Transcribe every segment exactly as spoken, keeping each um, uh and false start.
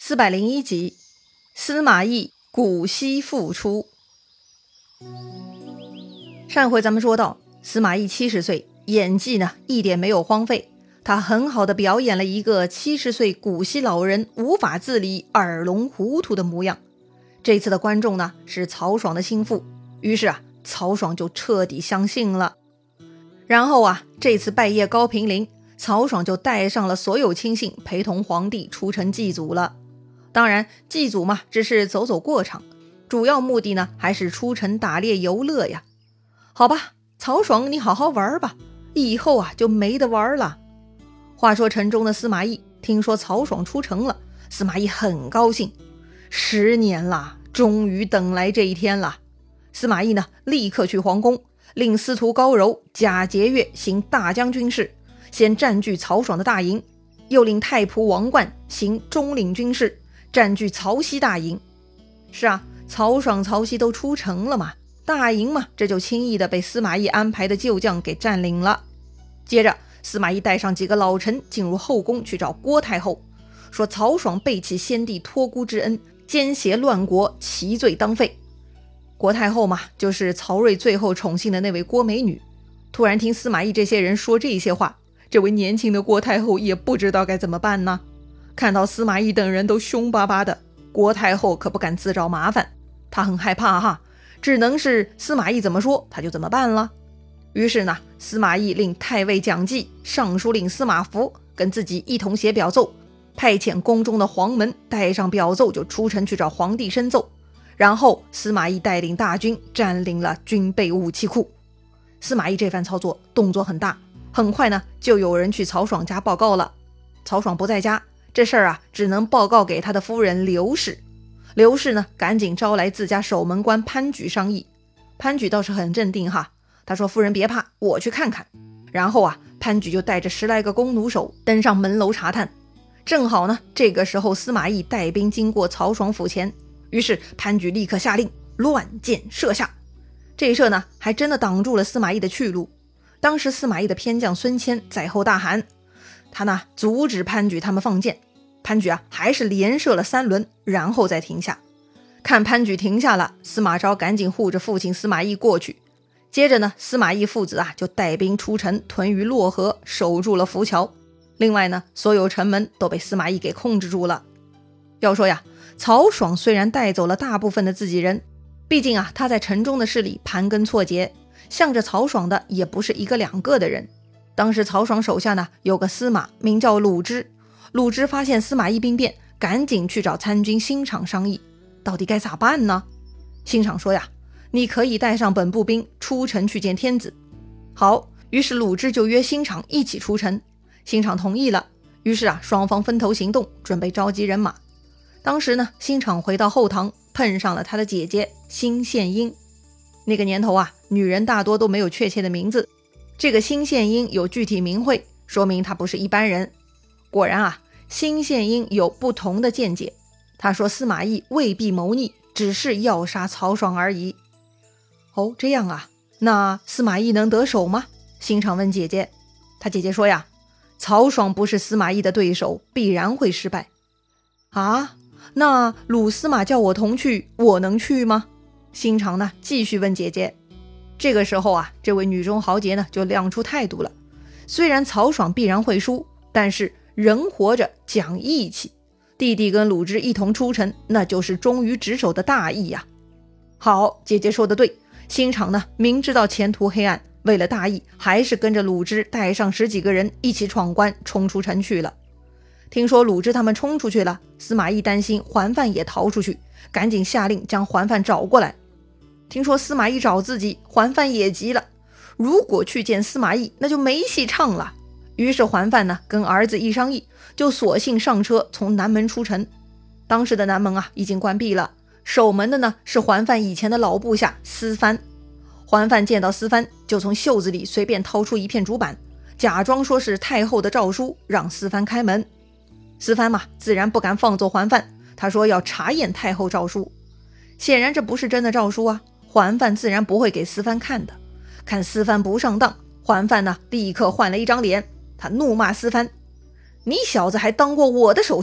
四百零一集，司马懿古稀复出。上回咱们说到，司马懿七十岁，演技呢一点没有荒废，他很好的表演了一个七十岁古稀老人无法自理、耳聋糊涂的模样。这次的观众呢是曹爽的心腹，于是啊，曹爽就彻底相信了。然后啊，这次拜谒高平陵，曹爽就带上了所有亲信，陪同皇帝出城祭祖了。当然祭祖嘛，只是走走过场，主要目的呢还是出城打猎游乐呀。好吧，曹爽你好好玩吧，以后啊就没得玩了。话说城中的司马懿听说曹爽出城了，司马懿很高兴，十年了，终于等来这一天了。司马懿呢立刻去皇宫，令司徒高柔、贾节钺行大将军事，先占据曹爽的大营，又令太仆王冠行中领军事，占据曹溪大营。是啊，曹爽曹溪都出城了嘛，大营嘛，这就轻易的被司马懿安排的旧将给占领了。接着司马懿带上几个老臣进入后宫去找郭太后，说曹爽背弃先帝托孤之恩，奸邪乱国，其罪当废。郭太后嘛，就是曹睿最后宠幸的那位郭美女。突然听司马懿这些人说这些话，这位年轻的郭太后也不知道该怎么办呢。看到司马懿等人都凶巴巴的，郭太后可不敢自找麻烦，她很害怕哈，只能是司马懿怎么说她就怎么办了。于是呢，司马懿令太尉蒋济、尚书令司马孚跟自己一同写表奏，派遣宫中的黄门带上表奏就出城去找皇帝申奏。然后司马懿带领大军占领了军备武器库。司马懿这番操作动作很大，很快呢就有人去曹爽家报告了。曹爽不在家，这事儿啊只能报告给他的夫人刘氏。刘氏呢赶紧招来自家守门官潘举商议。潘举倒是很镇定哈，他说夫人别怕，我去看看。然后啊，潘举就带着十来个弓弩手登上门楼查探。正好呢，这个时候司马懿带兵经过曹爽府前，于是潘举立刻下令乱箭射下。这一射呢还真的挡住了司马懿的去路。当时司马懿的偏将孙谦在后大喊，他呢阻止潘举他们放箭。潘举啊还是连射了三轮，然后再停下。看潘举停下了，司马昭赶紧护着父亲司马懿过去。接着呢，司马懿父子啊就带兵出城，屯于洛河，守住了浮桥。另外呢，所有城门都被司马懿给控制住了。要说呀，曹爽虽然带走了大部分的自己人，毕竟啊他在城中的势力盘根错节，向着曹爽的也不是一个两个的人。当时曹爽手下呢有个司马名叫鲁之，鲁之发现司马懿兵变，赶紧去找参军辛昶商议，到底该咋办呢？辛昶说呀，你可以带上本部兵出城去见天子。好，于是鲁之就约辛昶一起出城。辛昶同意了，于是啊双方分头行动，准备召集人马。当时呢，辛昶回到后堂，碰上了他的姐姐辛献英。那个年头啊，女人大多都没有确切的名字，这个辛献英有具体名讳，说明她不是一般人。果然啊，辛献英有不同的见解。他说司马懿未必谋逆，只是要杀曹爽而已。哦，这样啊，那司马懿能得手吗？辛昶问姐姐。他姐姐说呀，曹爽不是司马懿的对手，必然会失败。啊，那鲁司马叫我同去，我能去吗？辛昶呢继续问姐姐。这个时候啊，这位女中豪杰呢就亮出态度了。虽然曹爽必然会输，但是人活着讲义气，弟弟跟鲁之一同出城，那就是忠于职守的大义呀。好，姐姐说的对，辛昶呢明知道前途黑暗，为了大义还是跟着鲁之带上十几个人一起闯关，冲出城去了。听说鲁之他们冲出去了，司马懿担心桓范也逃出去，赶紧下令将桓范找过来。听说司马懿找自己，桓范也急了，如果去见司马懿，那就没戏唱了。于是桓范呢跟儿子一商议，就索性上车从南门出城。当时的南门啊已经关闭了，守门的呢是桓范以前的老部下司蕃。桓范见到司蕃，就从袖子里随便掏出一片竹板，假装说是太后的诏书，让司蕃开门。司蕃嘛自然不敢放走桓范，他说要查验太后诏书。显然这不是真的诏书啊，桓范自然不会给司蕃看的。看司蕃不上当，桓范呢立刻换了一张脸，他怒骂司蕃，你小子还当过我的手下，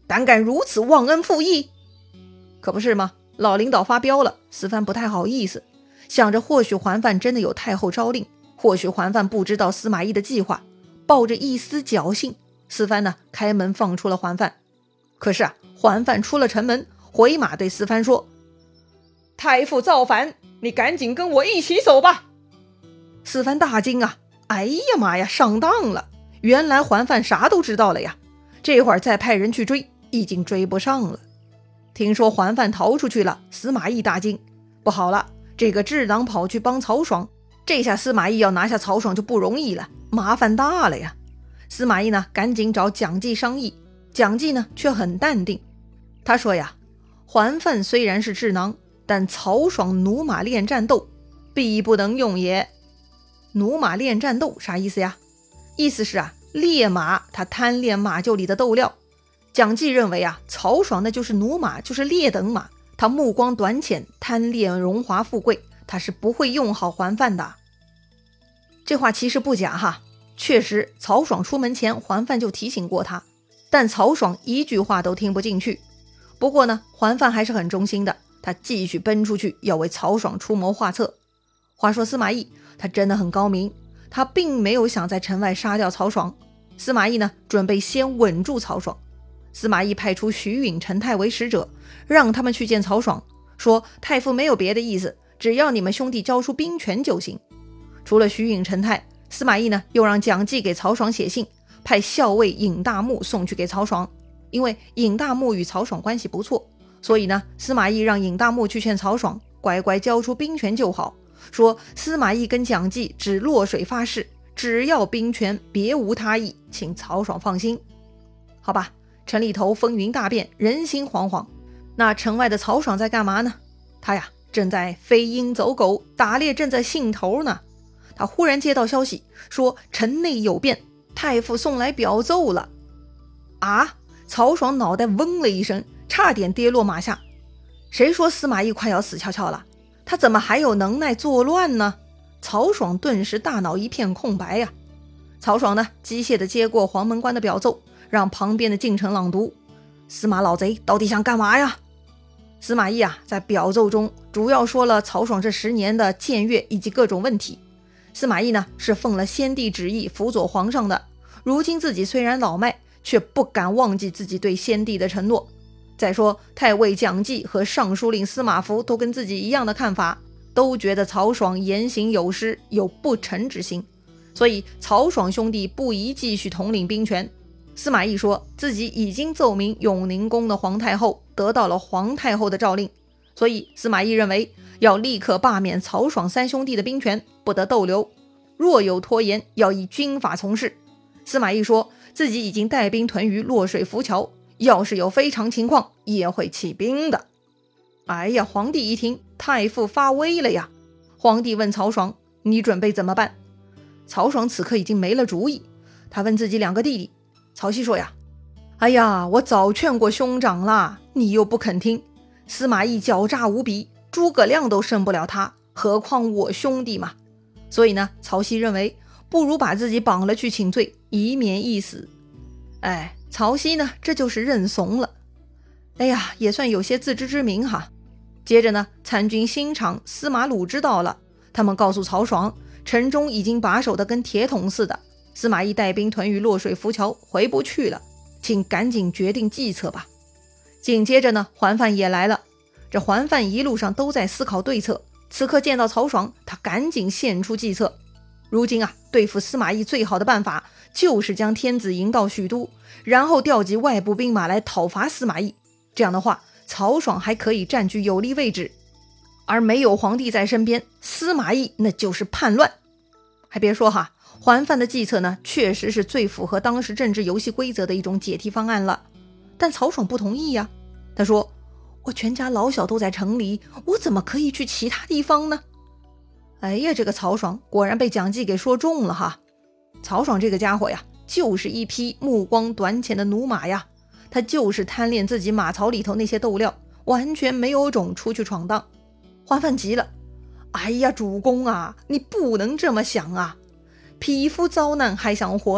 胆敢如此忘恩负义？可不是吗？老领导发飙了，司藩不太好意思，想着或许桓范真的有太后诏令，或许桓范不知道司马懿的计划，抱着一丝侥幸，司藩呢开门放出了桓范。可是啊，桓范出了城门，回马对司藩说：太傅造反，你赶紧跟我一起走吧。司藩大惊啊，哎呀妈呀，上当了，原来桓范啥都知道了呀，这会儿再派人去追，已经追不上了。听说桓范逃出去了，司马懿大惊，不好了，这个智囊跑去帮曹爽，这下司马懿要拿下曹爽就不容易了，麻烦大了呀。司马懿呢赶紧找蒋济商议，蒋济呢却很淡定，他说呀，桓范虽然是智囊，但曹爽驽马练战斗，必不能用也。驽马练战斗啥意思呀？意思是啊，烈马他贪恋马厩里的斗料。蒋济认为啊，曹爽那就是驽马，就是劣等马，他目光短浅，贪恋荣华富贵，他是不会用好桓范的。这话其实不假哈，确实曹爽出门前桓范就提醒过他，但曹爽一句话都听不进去。不过呢，桓范还是很忠心的，他继续奔出去要为曹爽出谋划策。话说司马懿他真的很高明，他并没有想在城外杀掉曹爽。司马懿呢准备先稳住曹爽。司马懿派出徐允、陈泰为使者，让他们去见曹爽，说太傅没有别的意思，只要你们兄弟交出兵权就行。除了徐允、陈泰，司马懿呢又让蒋济给曹爽写信，派校尉尹大木送去给曹爽。因为尹大木与曹爽关系不错，所以呢司马懿让尹大木去劝曹爽乖乖交出兵权就好，说司马懿跟蒋济只落水发誓，只要兵权，别无他意，请曹爽放心。好吧，城里头风云大变，人心惶惶，那城外的曹爽在干嘛呢？他呀正在飞鹰走狗，打猎正在兴头呢。他忽然接到消息说城内有变，太傅送来表奏了。啊！曹爽脑袋嗡了一声，差点跌落马下。谁说司马懿快要死翘翘了？他怎么还有能耐作乱呢？曹爽顿时大脑一片空白呀、啊。曹爽呢机械地接过黄门官的表奏，让旁边的进城朗读。司马老贼到底想干嘛呀？司马懿啊在表奏中主要说了曹爽这十年的僭越以及各种问题。司马懿呢是奉了先帝旨意辅佐皇上的，如今自己虽然老迈，却不敢忘记自己对先帝的承诺。再说太尉蒋济和尚书令司马孚都跟自己一样的看法，都觉得曹爽言行有失，有不臣之心，所以曹爽兄弟不宜继续统领兵权。司马懿说自己已经奏明永宁宫的皇太后得到了皇太后的诏令，所以司马懿认为要立刻罢免曹爽三兄弟的兵权，不得逗留，若有拖延，要以军法从事。司马懿说自己已经带兵屯于洛水浮桥，要是有非常情况也会起兵的。哎呀，皇帝一听，太傅发威了呀！皇帝问曹爽，你准备怎么办？曹爽此刻已经没了主意，他问自己两个弟弟。曹丕说呀，哎呀，我早劝过兄长啦，你又不肯听。司马懿狡诈无比，诸葛亮都胜不了他，何况我兄弟嘛。所以呢，曹丕认为不如把自己绑了去请罪，以免一死。哎，曹丕呢这就是认怂了。哎呀，也算有些自知之明哈。接着呢，参军新场司马鲁知道了，他们告诉曹爽，城中已经把守的跟铁桶似的，司马懿带兵屯于洛水浮桥，回不去了，请赶紧决定计策吧。紧接着呢，桓范也来了。这桓范一路上都在思考对策，此刻见到曹爽，他赶紧献出计策。如今啊，对付司马懿最好的办法就是将天子迎到许都，然后调集外部兵马来讨伐司马懿。这样的话，曹爽还可以占据有利位置，而没有皇帝在身边，司马懿那就是叛乱。还别说哈，桓范的计策呢，确实是最符合当时政治游戏规则的一种解题方案了。但曹爽不同意呀，他说：“我全家老小都在城里，我怎么可以去其他地方呢？”哎呀，这个曹爽果然被蒋济给说中了哈。曹爽这个家伙呀，就是一匹目光短浅的驽马呀，他就是贪恋自己马槽里头那些斗料，完全没有种出去闯荡。桓范急了，哎呀，主公啊，你不能这么想啊！匹夫遭难还想活呢，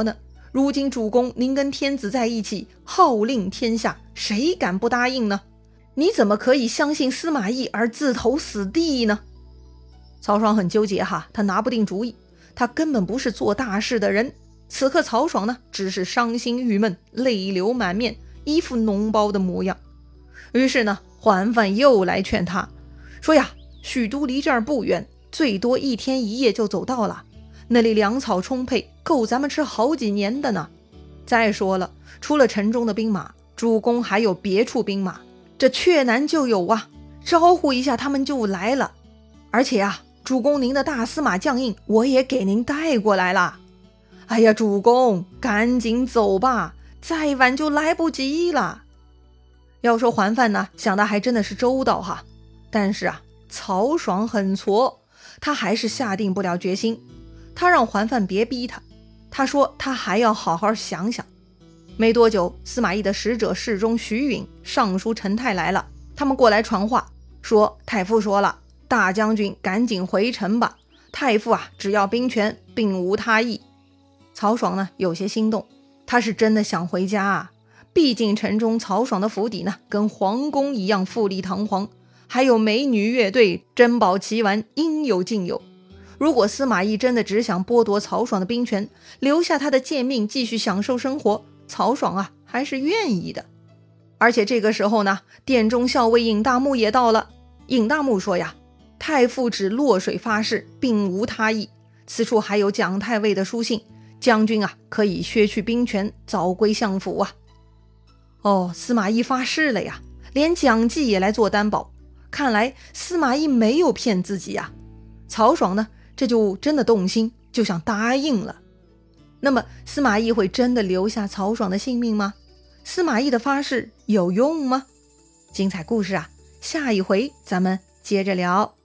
如今主公您跟天子在一起，号令天下，谁敢不答应呢？你怎么可以相信司马懿而自投死地呢？曹爽很纠结哈，他拿不定主意，他根本不是做大事的人。此刻曹爽呢，只是伤心郁闷，泪流满面，一副脓包的模样。于是呢，桓范又来劝他说呀，许都离这儿不远，最多一天一夜就走到了，那里粮草充沛，够咱们吃好几年的呢。再说了，除了城中的兵马，主公还有别处兵马，这阙南就有啊，招呼一下他们就来了。而且啊，主公您的大司马将印我也给您带过来了。哎呀，主公赶紧走吧，再晚就来不及了。要说桓范呢，想的还真的是周到哈，但是啊，曹爽很挫，他还是下定不了决心。他让桓范别逼他，他说他还要好好想想。没多久，司马懿的使者侍中徐允、尚书陈泰来了，他们过来传话，说太傅说了，大将军赶紧回城吧，太傅啊只要兵权，并无他意。曹爽呢有些心动，他是真的想回家啊，毕竟城中曹爽的府邸呢跟皇宫一样富丽堂皇，还有美女乐队、珍宝奇玩，应有尽有。如果司马懿真的只想剥夺曹爽的兵权，留下他的贱命继续享受生活，曹爽啊还是愿意的。而且这个时候呢，殿中校尉尹大木也到了。尹大木说呀，太傅只落水发誓，并无他意，此处还有蒋太尉的书信，将军啊可以削去兵权，早归相府啊。哦，司马懿发誓了呀，连蒋济也来做担保，看来司马懿没有骗自己啊。曹爽呢这就真的动心，就想答应了。那么司马懿会真的留下曹爽的性命吗？司马懿的发誓有用吗？精彩故事啊，下一回咱们接着聊。